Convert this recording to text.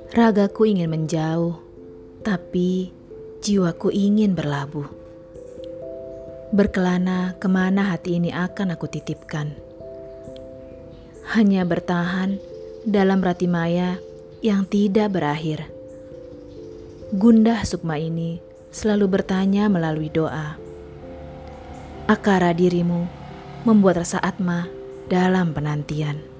Ragaku ingin menjauh, tapi jiwaku ingin berlabuh. Berkelana kemana hati ini akan aku titipkan. Hanya bertahan dalam rati maya yang tidak berakhir. Gundah Sukma ini selalu bertanya melalui doa. Akara dirimu membuat rasa atma dalam penantian.